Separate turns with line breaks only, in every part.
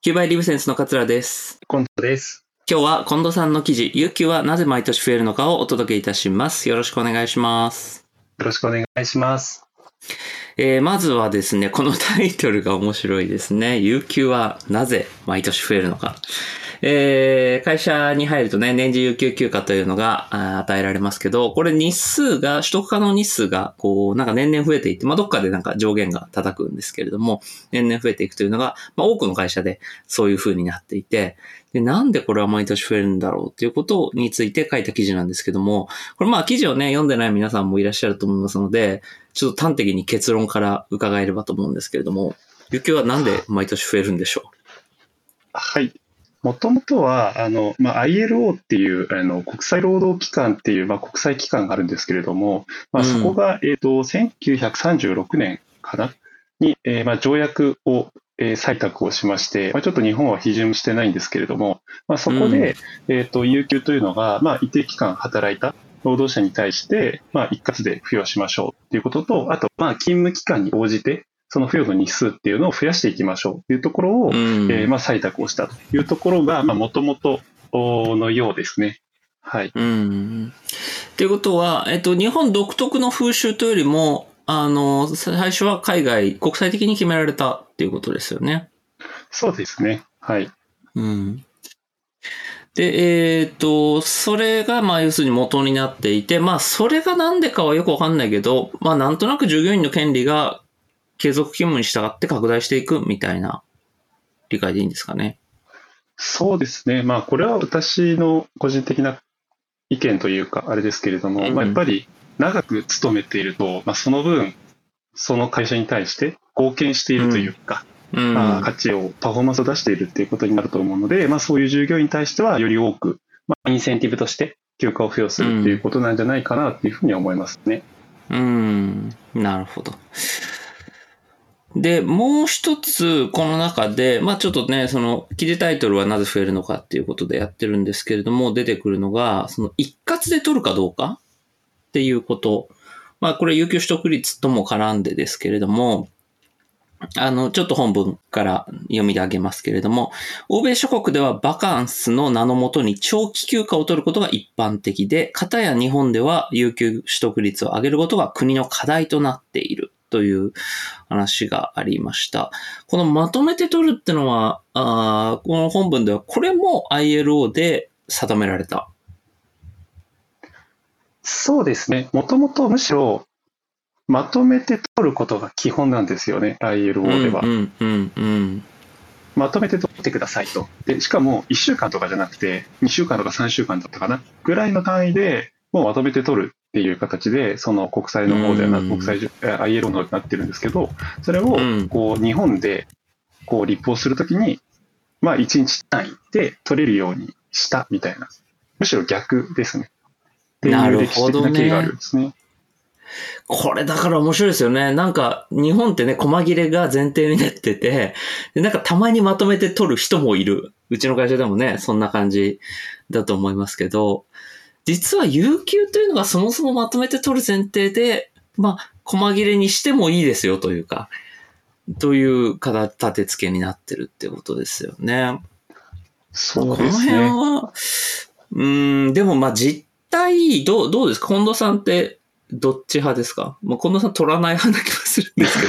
キューバイリブセンスの桂です。
近藤です。
今日は近藤さんの記事、有給はなぜ毎年増えるのかをお届けいたします。よろしくお願いします。
よろしくお願いします。
まずはですね、このタイトルが面白いですね。有給はなぜ毎年増えるのか。会社に入るとね、年次有給休暇というのが与えられますけど、これ取得可能日数が、なんか年々増えていって、どっかでなんか上限が叩くんですけれども、年々増えていくというのが、多くの会社でそういう風になっていて、で、なんでこれは毎年増えるんだろうっていうことについて書いた記事なんですけども、これ記事をね、読んでない皆さんもいらっしゃると思いますので、ちょっと端的に結論から伺えればと思うんですけれども、有給はなんで毎年増えるんでしょう？
はい。もともとは、ILO っていう、国際労働機関っていう、国際機関があるんですけれども、そこが、1936年かなに、条約を、採択をしまして、ちょっと日本は批准してないんですけれども、そこで、有給というのが、一定期間働いた労働者に対して、一括で付与しましょうということと、あと、勤務期間に応じて、その付与の日数っていうのを増やしていきましょうというところを、採択をしたというところが、もともとのようですね。はい。
っていうことは、日本独特の風習というよりも、最初は国際的に決められたっていうことですよね。
そうですね。はい。
で、それが、要するに元になっていて、それがなんでかはよくわかんないけど、なんとなく従業員の権利が継続勤務に従って拡大していくみたいな理解でいいんですかね。
そうですね。これは私の個人的な意見というか、あれですけれども、やっぱり長く勤めていると、その分、その会社に対して貢献しているというか、価値を、パフォーマンスを出しているということになると思うので、そういう従業員に対してはより多く、インセンティブとして休暇を付与するということなんじゃないかなというふうに思いますね。
なるほど。で、もう一つ、この中で、ちょっとね、その、記事タイトルはなぜ増えるのかっていうことでやってるんですけれども、出てくるのが、その、一括で取るかどうかっていうこと。これ、有給取得率とも絡んでですけれども、ちょっと本文から読み上げますけれども、欧米諸国ではバカンスの名のもとに長期休暇を取ることが一般的で、片や日本では有給取得率を上げることが国の課題となっているという話がありました。このまとめて取るってのは、この本文ではこれも ILO で定められた。
そうですね。もともとむしろまとめて取ることが基本なんですよね、ILO では。まとめて取ってくださいと。で、しかも1週間とかじゃなくて、2週間とか3週間だったかなぐらいの単位でもうまとめて取るっていう形で、その国際の方では国際ILO の方になってるんですけど、それを日本で立法するときに、1日単位で取れるようにしたみたいな。むしろ逆ですね。っていう歴史的な経緯があるんですね。
これだから面白いですよね。なんか、日本ってね、細切れが前提になってて、でなんかたまにまとめて取る人もいる。うちの会社でもね、そんな感じだと思いますけど、実は有給というのがそもそもまとめて取る前提で、細切れにしてもいいですよというか、という立て付けになってるってことですよね。
そうですね。
この辺は、でも実態、どうですか？近藤さんってどっち派ですか？近藤さん取らない派な気がするんですけ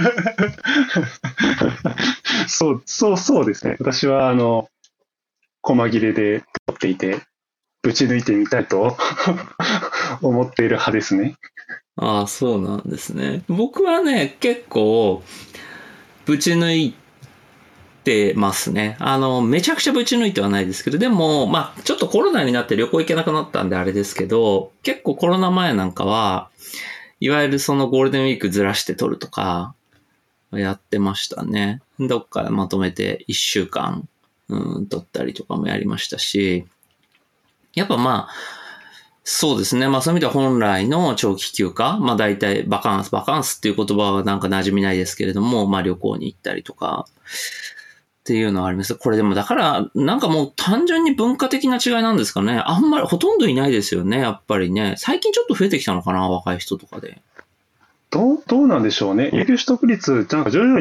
ど。そうですね。私は、細切れで取っていて、ぶち抜いてみたいと思っている派ですね。
ああ、そうなんですね。僕はね、結構、ぶち抜いてますね。めちゃくちゃぶち抜いてはないですけど、でも、ちょっとコロナになって旅行行けなくなったんであれですけど、結構コロナ前なんかは、いわゆるそのゴールデンウィークずらして取るとか、やってましたね。どっかまとめて1週間、取ったりとかもやりましたし、やっぱそうですね。そういう意味では本来の長期休暇、大体バカンスっていう言葉はなんか馴染みないですけれども、旅行に行ったりとか、っていうのはあります。これでもだから、なんかもう単純に文化的な違いなんですかね。あんまりほとんどいないですよね、やっぱりね。最近ちょっと増えてきたのかな、若い人とかで。
どうなんでしょうね。有給取得率、なんか徐々に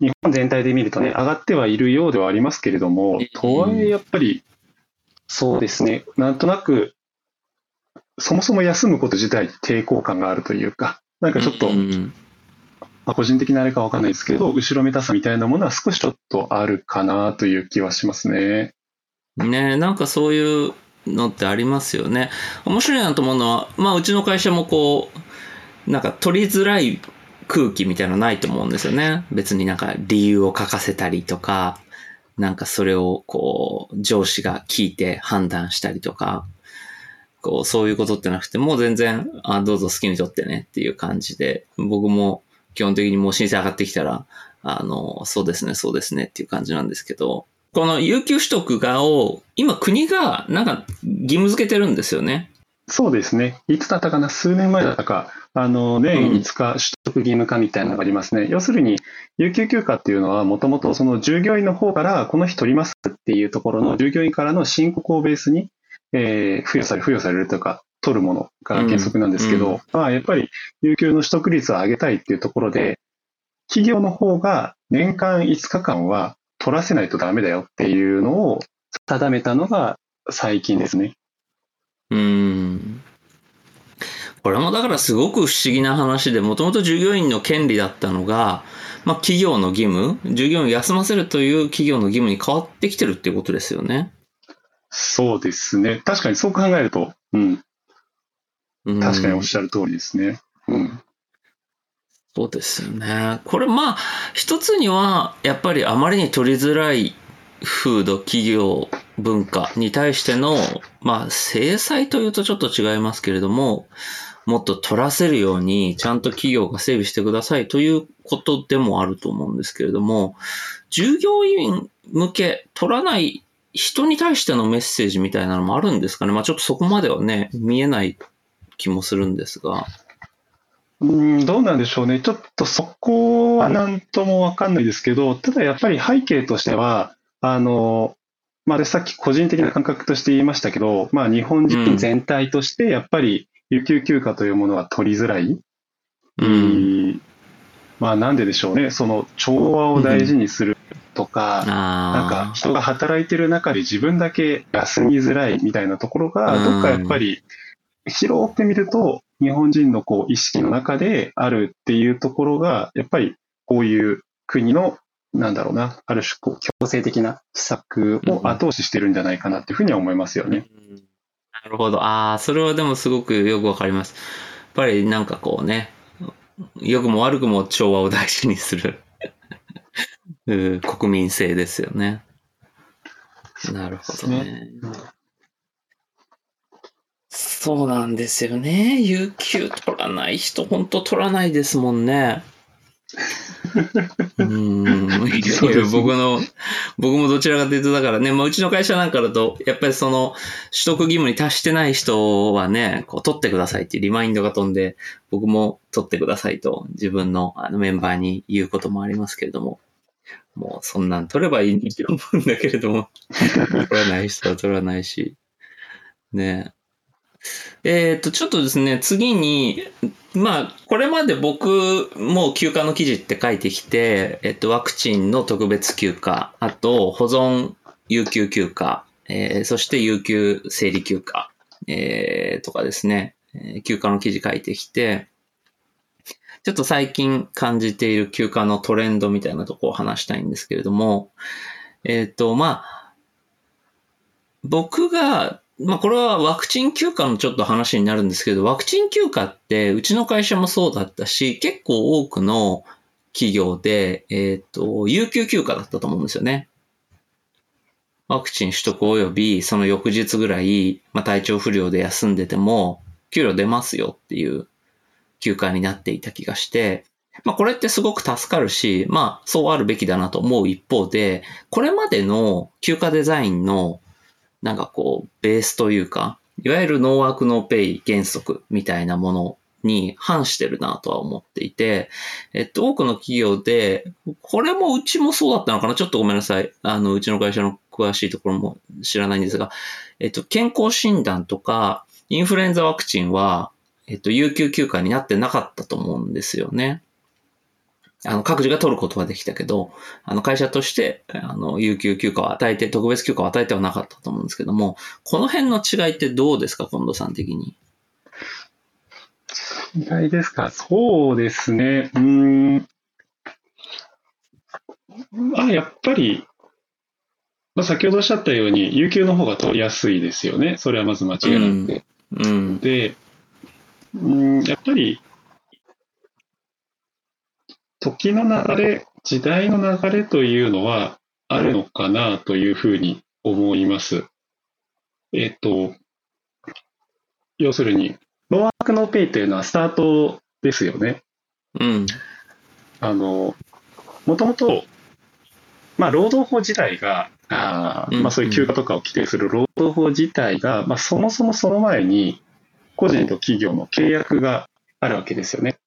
日本全体で見るとね、上がってはいるようではありますけれども、とはいえやっぱり、そうですね、なんとなく、そもそも休むこと自体に抵抗感があるというか、なんかちょっと、個人的なあれかわかんないですけど、後ろめたさみたいなものは少しちょっとあるかなという気はしますね。
ね、なんかそういうのってありますよね。面白いなと思うのは、まあうちの会社もこう、なんか取りづらい空気みたいなのないと思うんですよね。別になんか理由を書かせたりとか、なんかそれをこう上司が聞いて判断したりとか、こうそういうことってなくて、もう全然、どうぞ好きに取ってねっていう感じで、僕も基本的にもう申請上がってきたら、そうですね、そうですねっていう感じなんですけど、この有給取得を、今国がなんか義務付けてるんですよね。
そうですね。いつだったかな、数年前だったか、年5日取得義務化みたいなのがありますね。要するに、有給休暇っていうのは、もともとその従業員の方から、この日取りますっていうところの従業員からの申告をベースに、付与されるとか、取るものが原則なんですけど、まあ、やっぱり有給の取得率を上げたいっていうところで、企業の方が年間5日間は取らせないとダメだよっていうのを定めたのが最近ですね。
これもだからすごく不思議な話で、もともと従業員の権利だったのが、まあ企業の義務、従業員を休ませるという企業の義務に変わってきてるっていうことですよね。
そうですね。確かにそう考えると、確かにおっしゃる通りですね。
そうですよね。これまあ、一つには、やっぱりあまりに取りづらい風土、企業、文化に対しての、まあ、制裁というとちょっと違いますけれども、もっと取らせるように、ちゃんと企業が整備してくださいということでもあると思うんですけれども、従業員向け、取らない人に対してのメッセージみたいなのもあるんですかね。まあちょっとそこまではね、見えない気もするんですが。
どうなんでしょうね。ちょっとそこは何ともわかんないですけど、ただやっぱり背景としては、私さっき個人的な感覚として言いましたけど、まあ日本人全体としてやっぱり有給休暇というものは取りづらい。まあなんででしょうね。その調和を大事にするとか、なんか人が働いてる中で自分だけ休みづらいみたいなところが、どっかやっぱり広く見ると日本人のこう意識の中であるっていうところが、やっぱりこういう国の、なんだろうな、ある種こう強制的な施策を後押ししてるんじゃないかなっていうふうには思いますよね。
なるほど。それはでもすごくよくわかります。やっぱりなんかこうね、良くも悪くも調和を大事にする国民性ですよね。なるほどね。そうなんですよね。有給取らない人、本当取らないですもんね。僕もどちらかというと、だからね、まあ、うちの会社なんかだと、やっぱりその、取得義務に達してない人はね、こう、取ってくださいっていうリマインドが飛んで、僕も取ってくださいと自分のメンバーに言うこともありますけれども、もうそんなん取ればいいって思うんだけれども、取らない人は取らないし、ね。ちょっとですね、次に、まあ、これまで僕も休暇の記事って書いてきて、ワクチンの特別休暇、あと保存有給休暇、そして有給生理休暇、とかですね、休暇の記事書いてきて、ちょっと最近感じている休暇のトレンドみたいなところを話したいんですけれども、まあ、僕がまあこれはワクチン休暇のちょっと話になるんですけど、ワクチン休暇ってうちの会社もそうだったし、結構多くの企業で、有給休暇だったと思うんですよね。ワクチン取得及びその翌日ぐらい、まあ体調不良で休んでても、給料出ますよっていう休暇になっていた気がして、まあこれってすごく助かるし、まあそうあるべきだなと思う一方で、これまでの休暇デザインのなんかこう、ベースというか、いわゆるノーワークノーペイ原則みたいなものに反してるなとは思っていて、多くの企業で、これもうちもそうだったのかなちょっとごめんなさい。うちの会社の詳しいところも知らないんですが、健康診断とか、インフルエンザワクチンは、有給休暇になってなかったと思うんですよね。 各自が取ることはできたけど、会社として、有給休暇を与えて、特別休暇を与えてはなかったと思うんですけども、この辺の違いってどうですか、近藤さん的に。
違いですか。そうですね。やっぱり、先ほどおっしゃったように、有給の方が取りやすいですよね。それはまず間違いなくて。
うん。
で、やっぱり、時の流れ、時代の流れというのはあるのかなというふうに思います。えっと、要するに、ノーワークノーペイというのはスタートですよね。
うん。
もともと、労働法自体が、そういう休暇とかを規定する労働法自体が、そもそもその前に、個人と企業の契約があるわけですよね。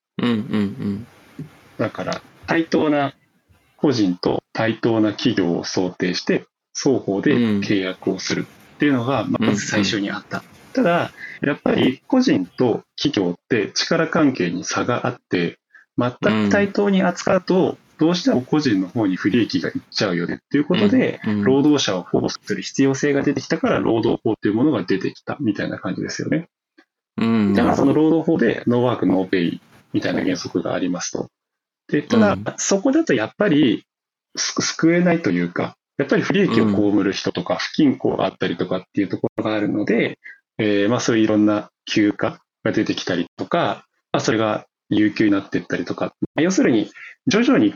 だから、対等な個人と対等な企業を想定して、双方で契約をするっていうのが、まず最初にあった。ただ、やっぱり個人と企業って力関係に差があって、全く対等に扱うと、どうしても個人の方に不利益がいっちゃうよねっていうことで、労働者を保護する必要性が出てきたから、労働法っていうものが出てきたみたいな感じですよね。だからその労働法でノーワークノーペイみたいな原則がありますと。で、ただ、そこだとやっぱり救えないというか、やっぱり不利益を被る人とか不均衡があったりとかっていうところがあるので、そういういろんな休暇が出てきたりとか、それが有給になっていったりとか、要するに徐々に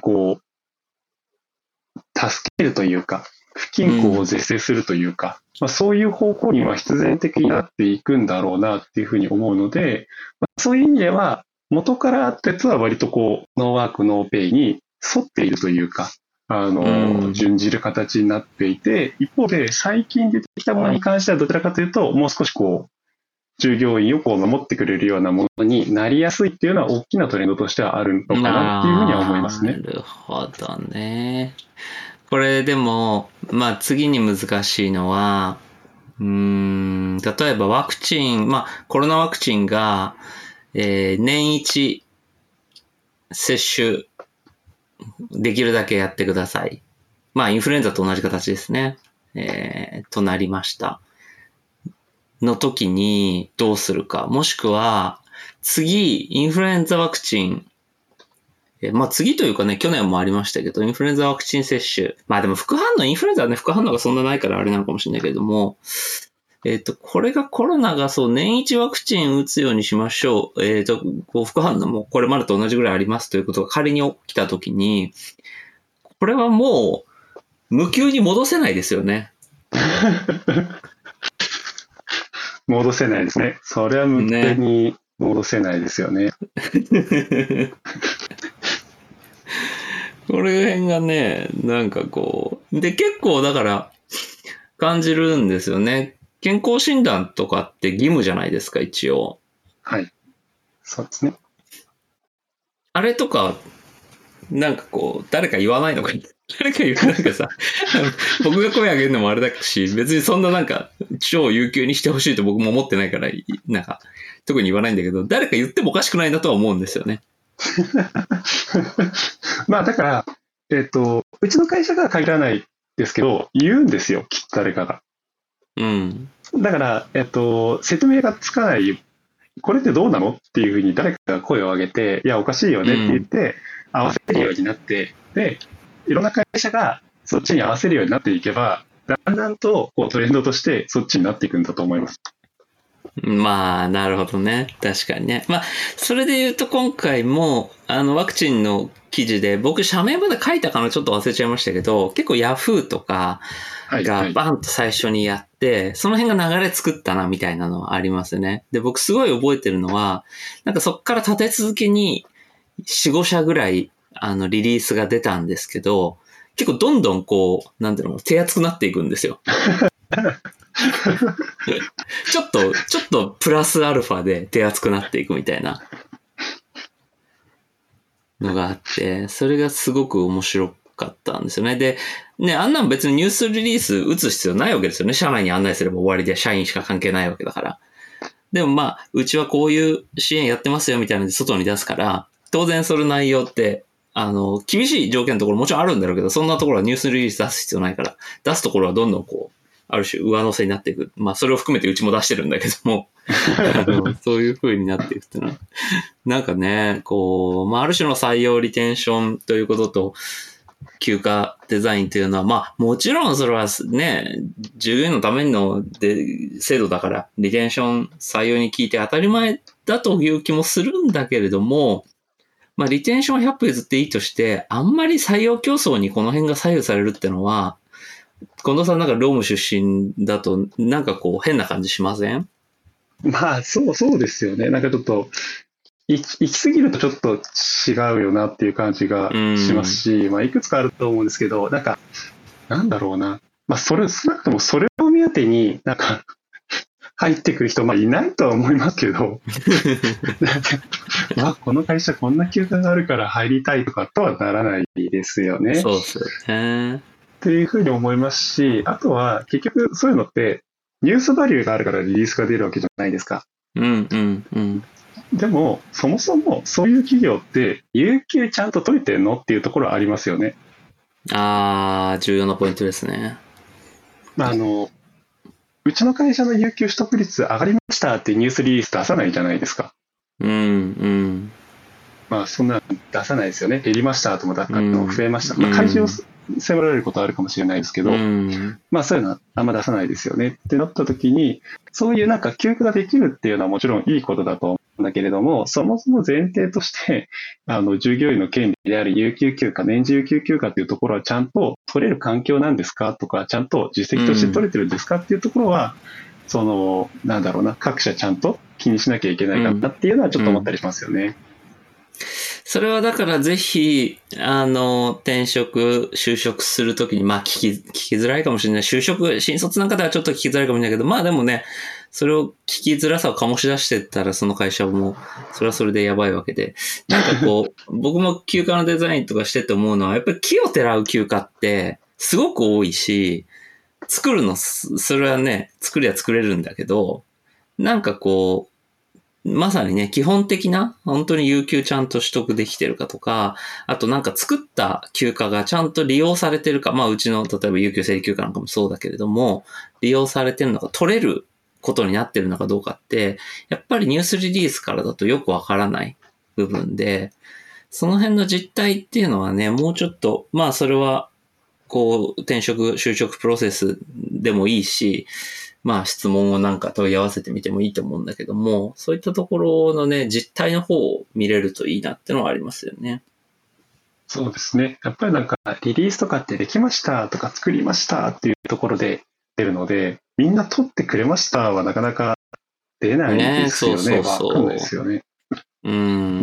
助けるというか、不均衡を是正するというか、そういう方向には必然的になっていくんだろうなっていうふうに思うので、そういう意味では、元からあったやつは割とノーワークノーペイに沿っているというか、準じる形になっていて、一方で最近出てきたものに関してはどちらかというと、もう少し従業員を守ってくれるようなものになりやすいっていうのは大きなトレンドとしてはあるのかなっていうふうには思いますね。
なるほどね。これでも、次に難しいのは、例えばワクチン、コロナワクチンが、年一接種できるだけやってください。インフルエンザと同じ形ですね。となりました。の時にどうするか。もしくは、次、インフルエンザワクチン、次というかね、去年もありましたけど、インフルエンザワクチン接種。でも副反応、インフルエンザはね、副反応がそんなないからあれなのかもしれないけれども、これがコロナが年一ワクチン打つようにしましょう。副反応もこれまでと同じぐらいありますということが仮に起きたときに、これはもう、無給に戻せないですよね。
戻せないですね。それは無給に戻せないですよね。
これ辺がね、で、結構だから感じるんですよね。健康診断とかって義務じゃないですか、一応。
はい。そうですね。
あれとか、誰か言わないのか誰か言うさ、僕が声上げるのもあれだし、別にそんな超有給にしてほしいと僕も思ってないから、特に言わないんだけど、誰か言ってもおかしくないなとは思うんですよね。
だから、うちの会社が限らないですけど、言うんですよ、きっと誰かが。だから、説明がつかない、これってどうなのっていうふうに誰かが声を上げて、いや、おかしいよねって言って、合わせるようになって、で、いろんな会社がそっちに合わせるようになっていけば、だんだんとトレンドとしてそっちになっていくんだと思います。
なるほどね。確かにね。それで言うと今回も、ワクチンの記事で、僕、社名まで書いたかなちょっと忘れちゃいましたけど、結構ヤフーとかがバンと最初にやって、その辺が流れ作ったな、みたいなのはありますね。で、僕すごい覚えてるのは、そっから立て続けに4、5社ぐらい、リリースが出たんですけど、結構どんどん手厚くなっていくんですよ。ちょっとプラスアルファで手厚くなっていくみたいなのがあって、それがすごく面白かったんですよね。で、あんなん別にニュースリリース打つ必要ないわけですよね。社内に案内すれば終わりで社員しか関係ないわけだから。でもうちはこういう支援やってますよみたいなので外に出すから、当然その内容って、 厳しい条件のところもちろんあるんだろうけど、そんなところはニュースリリース出す必要ないから、出すところはどんどんこう、ある種上乗せになっていく。まあ、それを含めてうちも出してるんだけども、そういう風になっていくっていうのは。なんかね、こう、まあ、ある種の採用リテンションということと、休暇デザインというのは、まあ、もちろんそれはね、従業員のための制度だから、リテンション採用に聞いて当たり前だという気もするんだけれども、まあ、リテンションは100歩譲っていいとして、あんまり採用競争にこの辺が左右されるってのは、近藤さんなんか労務出身だと、なんかこう変な感じしません？
まあ、そうですよね。なんかちょっと、行き過ぎるとちょっと違うよなっていう感じが
う
します
ん。
し、まあ、いくつかあると思うんですけど、なんか、なんだろうな。まあ、少なくともそれを目当てになんか入ってくる人、まあ、いないとは思いますけど、なんか、まあ、この会社こんな休暇があるから入りたいとかとはならないですよね。
そうっすよね。
っていうふうに思いますし、あとは結局そういうのってニュースバリューがあるからリリースが出るわけじゃないですか。
うんうんうん。
でも、そもそもそういう企業って有給ちゃんと取れてるのっていうところはありますよね。
重要なポイントですね。
まあ、うちの会社の有給取得率上がりましたってニュースリリース出さないじゃないですか。
うんうん
まあ、そんなの出さないですよね。減りましたとも、
うん。
増えました。
う
まあ、開示を
ん
迫られることはあるかもしれないですけ
う
ど、
ん
まあ、そういうのはあんま出さないですよねってなった時に、そういうなんか休暇ができるっていうのはもちろんいいことだと思うんだけれども、そもそも前提として、従業員の権利である有給休暇、年次有給休暇っていうところはちゃんと取れる環境なんですかとか、ちゃんと実績として取れてるんですかっていうところは、なんだろうな、各社ちゃんと気にしなきゃいけないかなっていうのはちょっと思ったりしますよね。
それはだからぜひ、転職、就職するときに、まあ聞きづらいかもしれない。新卒なんかではちょっと聞きづらいかもしれないけど、まあでもね、それを聞きづらさを醸し出してったら、その会社も、それはそれでやばいわけで。なんかこう、僕も休暇のデザインとかしてて思うのは、やっぱり木をてらう休暇って、すごく多いし、作るの、それはね、作りは作れるんだけど、なんかこう、まさにね、基本的な、本当に有給ちゃんと取得できてるかとか、あとなんか作った休暇がちゃんと利用されてるか、まあうちの例えば有給生理休暇なんかもそうだけれども、利用されてるのか取れることになってるのかどうかって、やっぱりニュースリリースからだとよくわからない部分で、その辺の実態っていうのはね、もうちょっと、まあそれは、こう、転職、就職プロセスでもいいし、まあ質問をなんか問い合わせてみてもいいと思うんだけども、そういったところのね、実態の方を見れるといいなってのはありますよね。
そうですね。やっぱりなんかリリースとかってできましたとか作りましたっていうところで出るので、みんな取ってくれましたはなかなか出ないで
ね、
すよね。
そうそう
わかんないで
そ
すよね。
う。うん。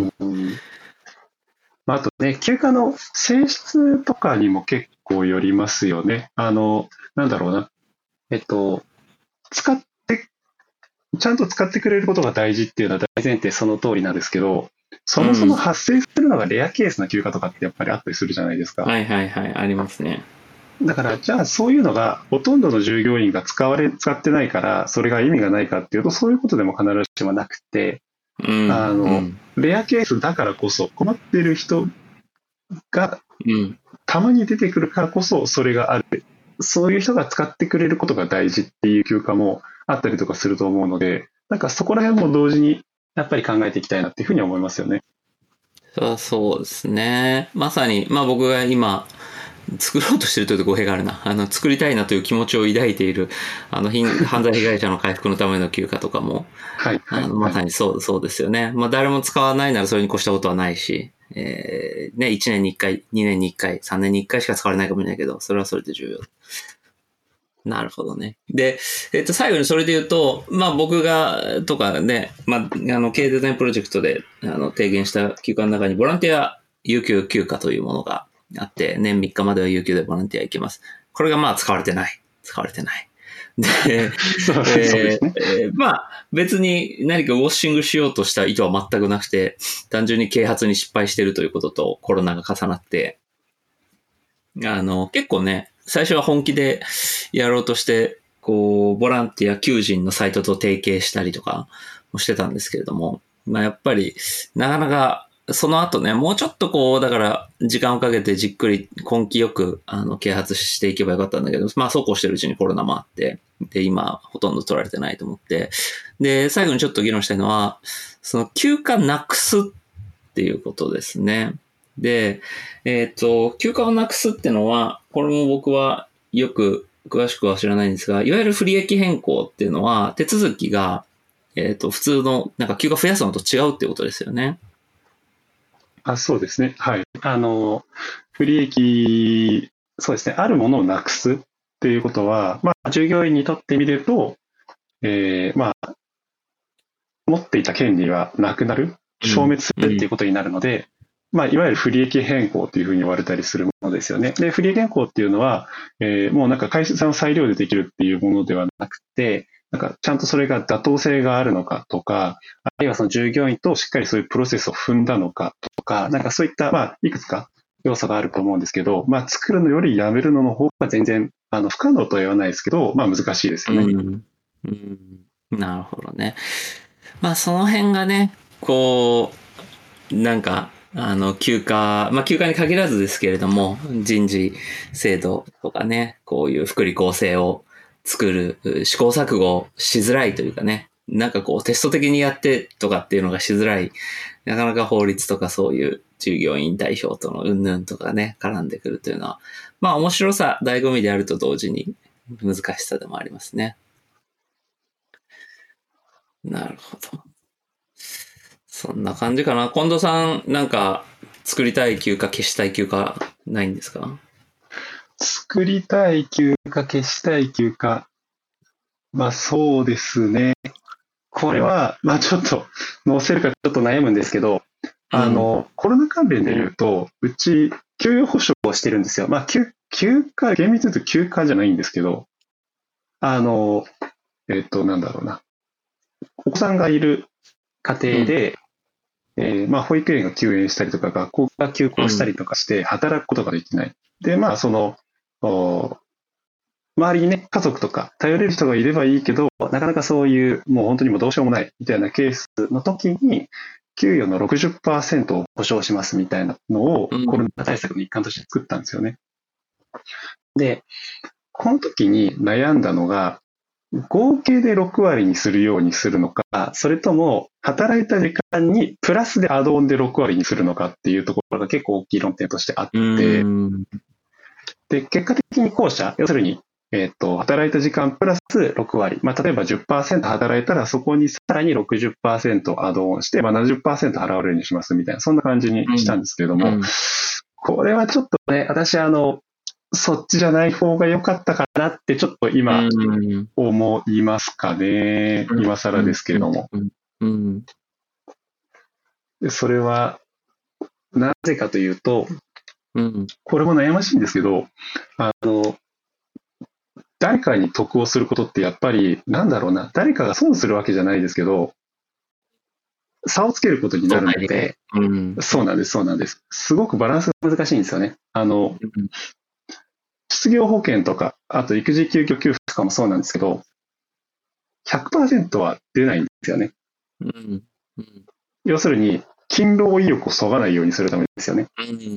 うん。まあ、あとね、休暇の性質とかにも結構よりますよね。なんだろうな。えっと、使って、ちゃんと使ってくれることが大事っていうのは大前提その通りなんですけど、そもそも
うん。
発生するのがレアケースな休暇とかってやっぱりあったりするじゃないですか。
はいはいはい、ありますね。
だから、じゃあそういうのがほとんどの従業員が使ってないから、それが意味がないかっていうと、そういうことでも必ずしもなくて、
うん、うん、
レアケースだからこそ、困っている人が
うん。
たまに出てくるからこそ、それがある。そういう人が使ってくれることが大事っていう休暇もあったりとかすると思うので、なんかそこら辺も同時にやっぱり考えていきたいなっていうふうに思いますよね。
そうですね。まさに、まあ僕が今、作ろうとしてるというと語弊があるな。作りたいなという気持ちを抱いている、犯罪被害者の回復のための休暇とかも、
はい、はい、はい。
まさにそうですよね。まあ誰も使わないならそれに越したことはないし、ね、1年に1回、2年に1回、3年に1回しか使われないかもしれないけど、それはそれで重要。なるほどね。で、最後にそれで言うと、まあ僕が、とかね、まあ、経営デザインプロジェクトで、提言した休暇の中に、ボランティア有給休暇というものがあって、年3日までは有給でボランティア行けます。これがまあ使われてない。使われてない。で、
そうですね。
まあ別に何かウォッシングしようとした意図は全くなくて、単純に啓発に失敗しているということとコロナが重なって、結構ね、最初は本気でやろうとして、こう、ボランティア求人のサイトと提携したりとかもしてたんですけれども、まあやっぱり、なかなかその後ね、もうちょっとこう、だから、時間をかけてじっくり根気よく、啓発していけばよかったんだけど、まあ、そうこうしてるうちにコロナもあって、で、今、ほとんど取られてないと思って、で、最後にちょっと議論したいのは、その休暇なくすっていうことですね。で、休暇をなくすってのは、これも僕はよく詳しくは知らないんですが、いわゆる不利益変更っていうのは、手続きが、普通の、なんか休暇増やすのと違うっていうことですよね。
そうですね。はい。不利益、そうですね。あるものをなくすっていうことは、まあ、従業員にとってみると、まあ、持っていた権利はなくなる、消滅するっていうことになるので、まあ、いわゆる不利益変更というふうに言われたりするものですよね。で、不利益変更っていうのは、もうなんか会社の裁量でできるっていうものではなくて、なんかちゃんとそれが妥当性があるのかとか、あるいはその従業員としっかりそういうプロセスを踏んだのかとか、なんかそういった、まあ、いくつか要素があると思うんですけど、まあ、作るのよりやめるのの方が全然、不可能とは言わないですけど、まあ、難しいですよね。
なるほどね。まあ、その辺がね、こう、なんか、休暇、まあ、休暇に限らずですけれども、人事制度とかね、こういう福利厚生を作る、試行錯誤しづらいというかね、なんかこうテスト的にやってとかっていうのがしづらい、なかなか法律とかそういう従業員代表との云々とかね、絡んでくるというのは、まあ面白さ、醍醐味であると同時に難しさでもありますね。なるほど。そんな感じかな。近藤さん、なんか、作りたい休暇、消したい休暇、ないんですか？
作りたい休暇、消したい休暇。まあそうですね。これは、まあちょっと載せるかちょっと悩むんですけど、コロナ関連で言うと、うち、給与保証をしてるんですよ。まあ休暇、厳密に言うと休暇じゃないんですけど、あの、なんだろうな。お子さんがいる家庭で、まあ保育園が休園したりとか、学校が休校したりとかして、働くことができない。で、まあ周りにね、家族とか頼れる人がいればいいけど、なかなかそういう、もう本当にもうどうしようもないみたいなケースの時に、給与の60%を保証しますみたいなのをコロナ対策の一環として作ったんですよね。で、この時に悩んだのが、合計で6割にするようにするのか、それとも働いた時間にプラスでアドオンで6割にするのかっていうところが結構大きい論点としてあって、で、結果的に後者、要するに働いた時間プラス6割。まあ、例えば10% 働いたら、そこにさらに60%アドオンして、まあ、70% 払われるようにしますみたいな、そんな感じにしたんですけれども、これはちょっとね、私、そっちじゃない方が良かったかなって、ちょっと今、思いますかね。今更ですけれども。でそれは、なぜかというと、これも悩ましいんですけど、誰かに得をすることってやっぱり、なんだろうな、誰かが損するわけじゃないですけど、差をつけることになるので、そうなんです、そうなんです。すごくバランスが難しいんですよね。失業保険とか、あと育児休業給付とかもそうなんですけど、100% は出ないんですよね。要するに、勤労意欲をそがないようにするためですよね。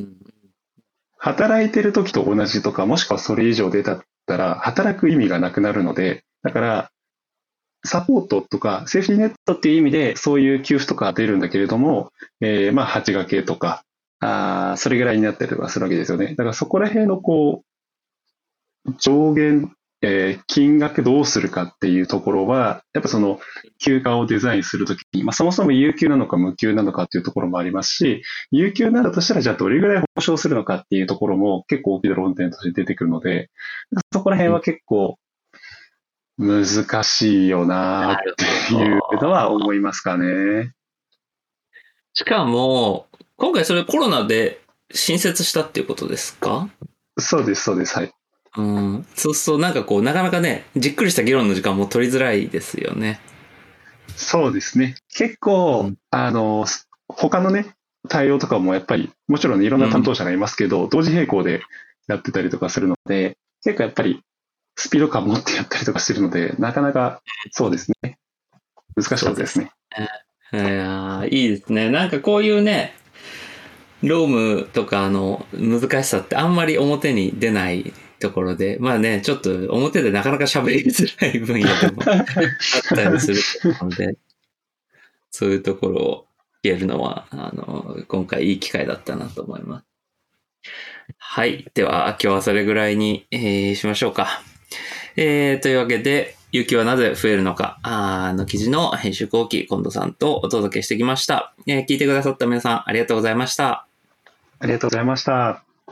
働いてる時と同じとか、もしくはそれ以上出たったら、働く意味がなくなるので、だから、サポートとか、セーフティーネットっていう意味で、そういう給付とか出るんだけれども、まあ、8掛けとか、それぐらいになったりとかするわけですよね。だからそこら辺のこう、上限、金額どうするかっていうところは、やっぱその休暇をデザインするときに、まあ、そもそも有給なのか無給なのかっていうところもありますし、有給なんだとしたらじゃあどれぐらい保証するのかっていうところも結構大きな論点として出てくるので、そこら辺は結構難しいよなっていうのは思いますかね。
しかも、今回それコロナで新設したっていうことですか？
そうです、そうです、はい。
そうするとなんかこう、なかなかね、じっくりした議論の時間も取りづらいですよね。
そうですね。結構、他のね、対応とかもやっぱり、もちろんいろんな担当者がいますけど、同時並行でやってたりとかするので、結構やっぱりスピード感持ってやったりとかしてるので、なかなかそうですね。難しかったですね。
いいですね。なんかこういうね、 ロームとか難しさってあんまり表に出ないところで、まあね、ちょっと表でなかなか喋りづらい分野でもあったりすると思うので、そういうところを聞けるのは、今回いい機会だったなと思います。はい。では、今日はそれぐらいに、しましょうか。というわけで、勇気はなぜ増えるのか、の記事の編集後期、近藤さんとお届けしてきました。聞いてくださった皆さん、ありがとうございました。
ありがとうございました。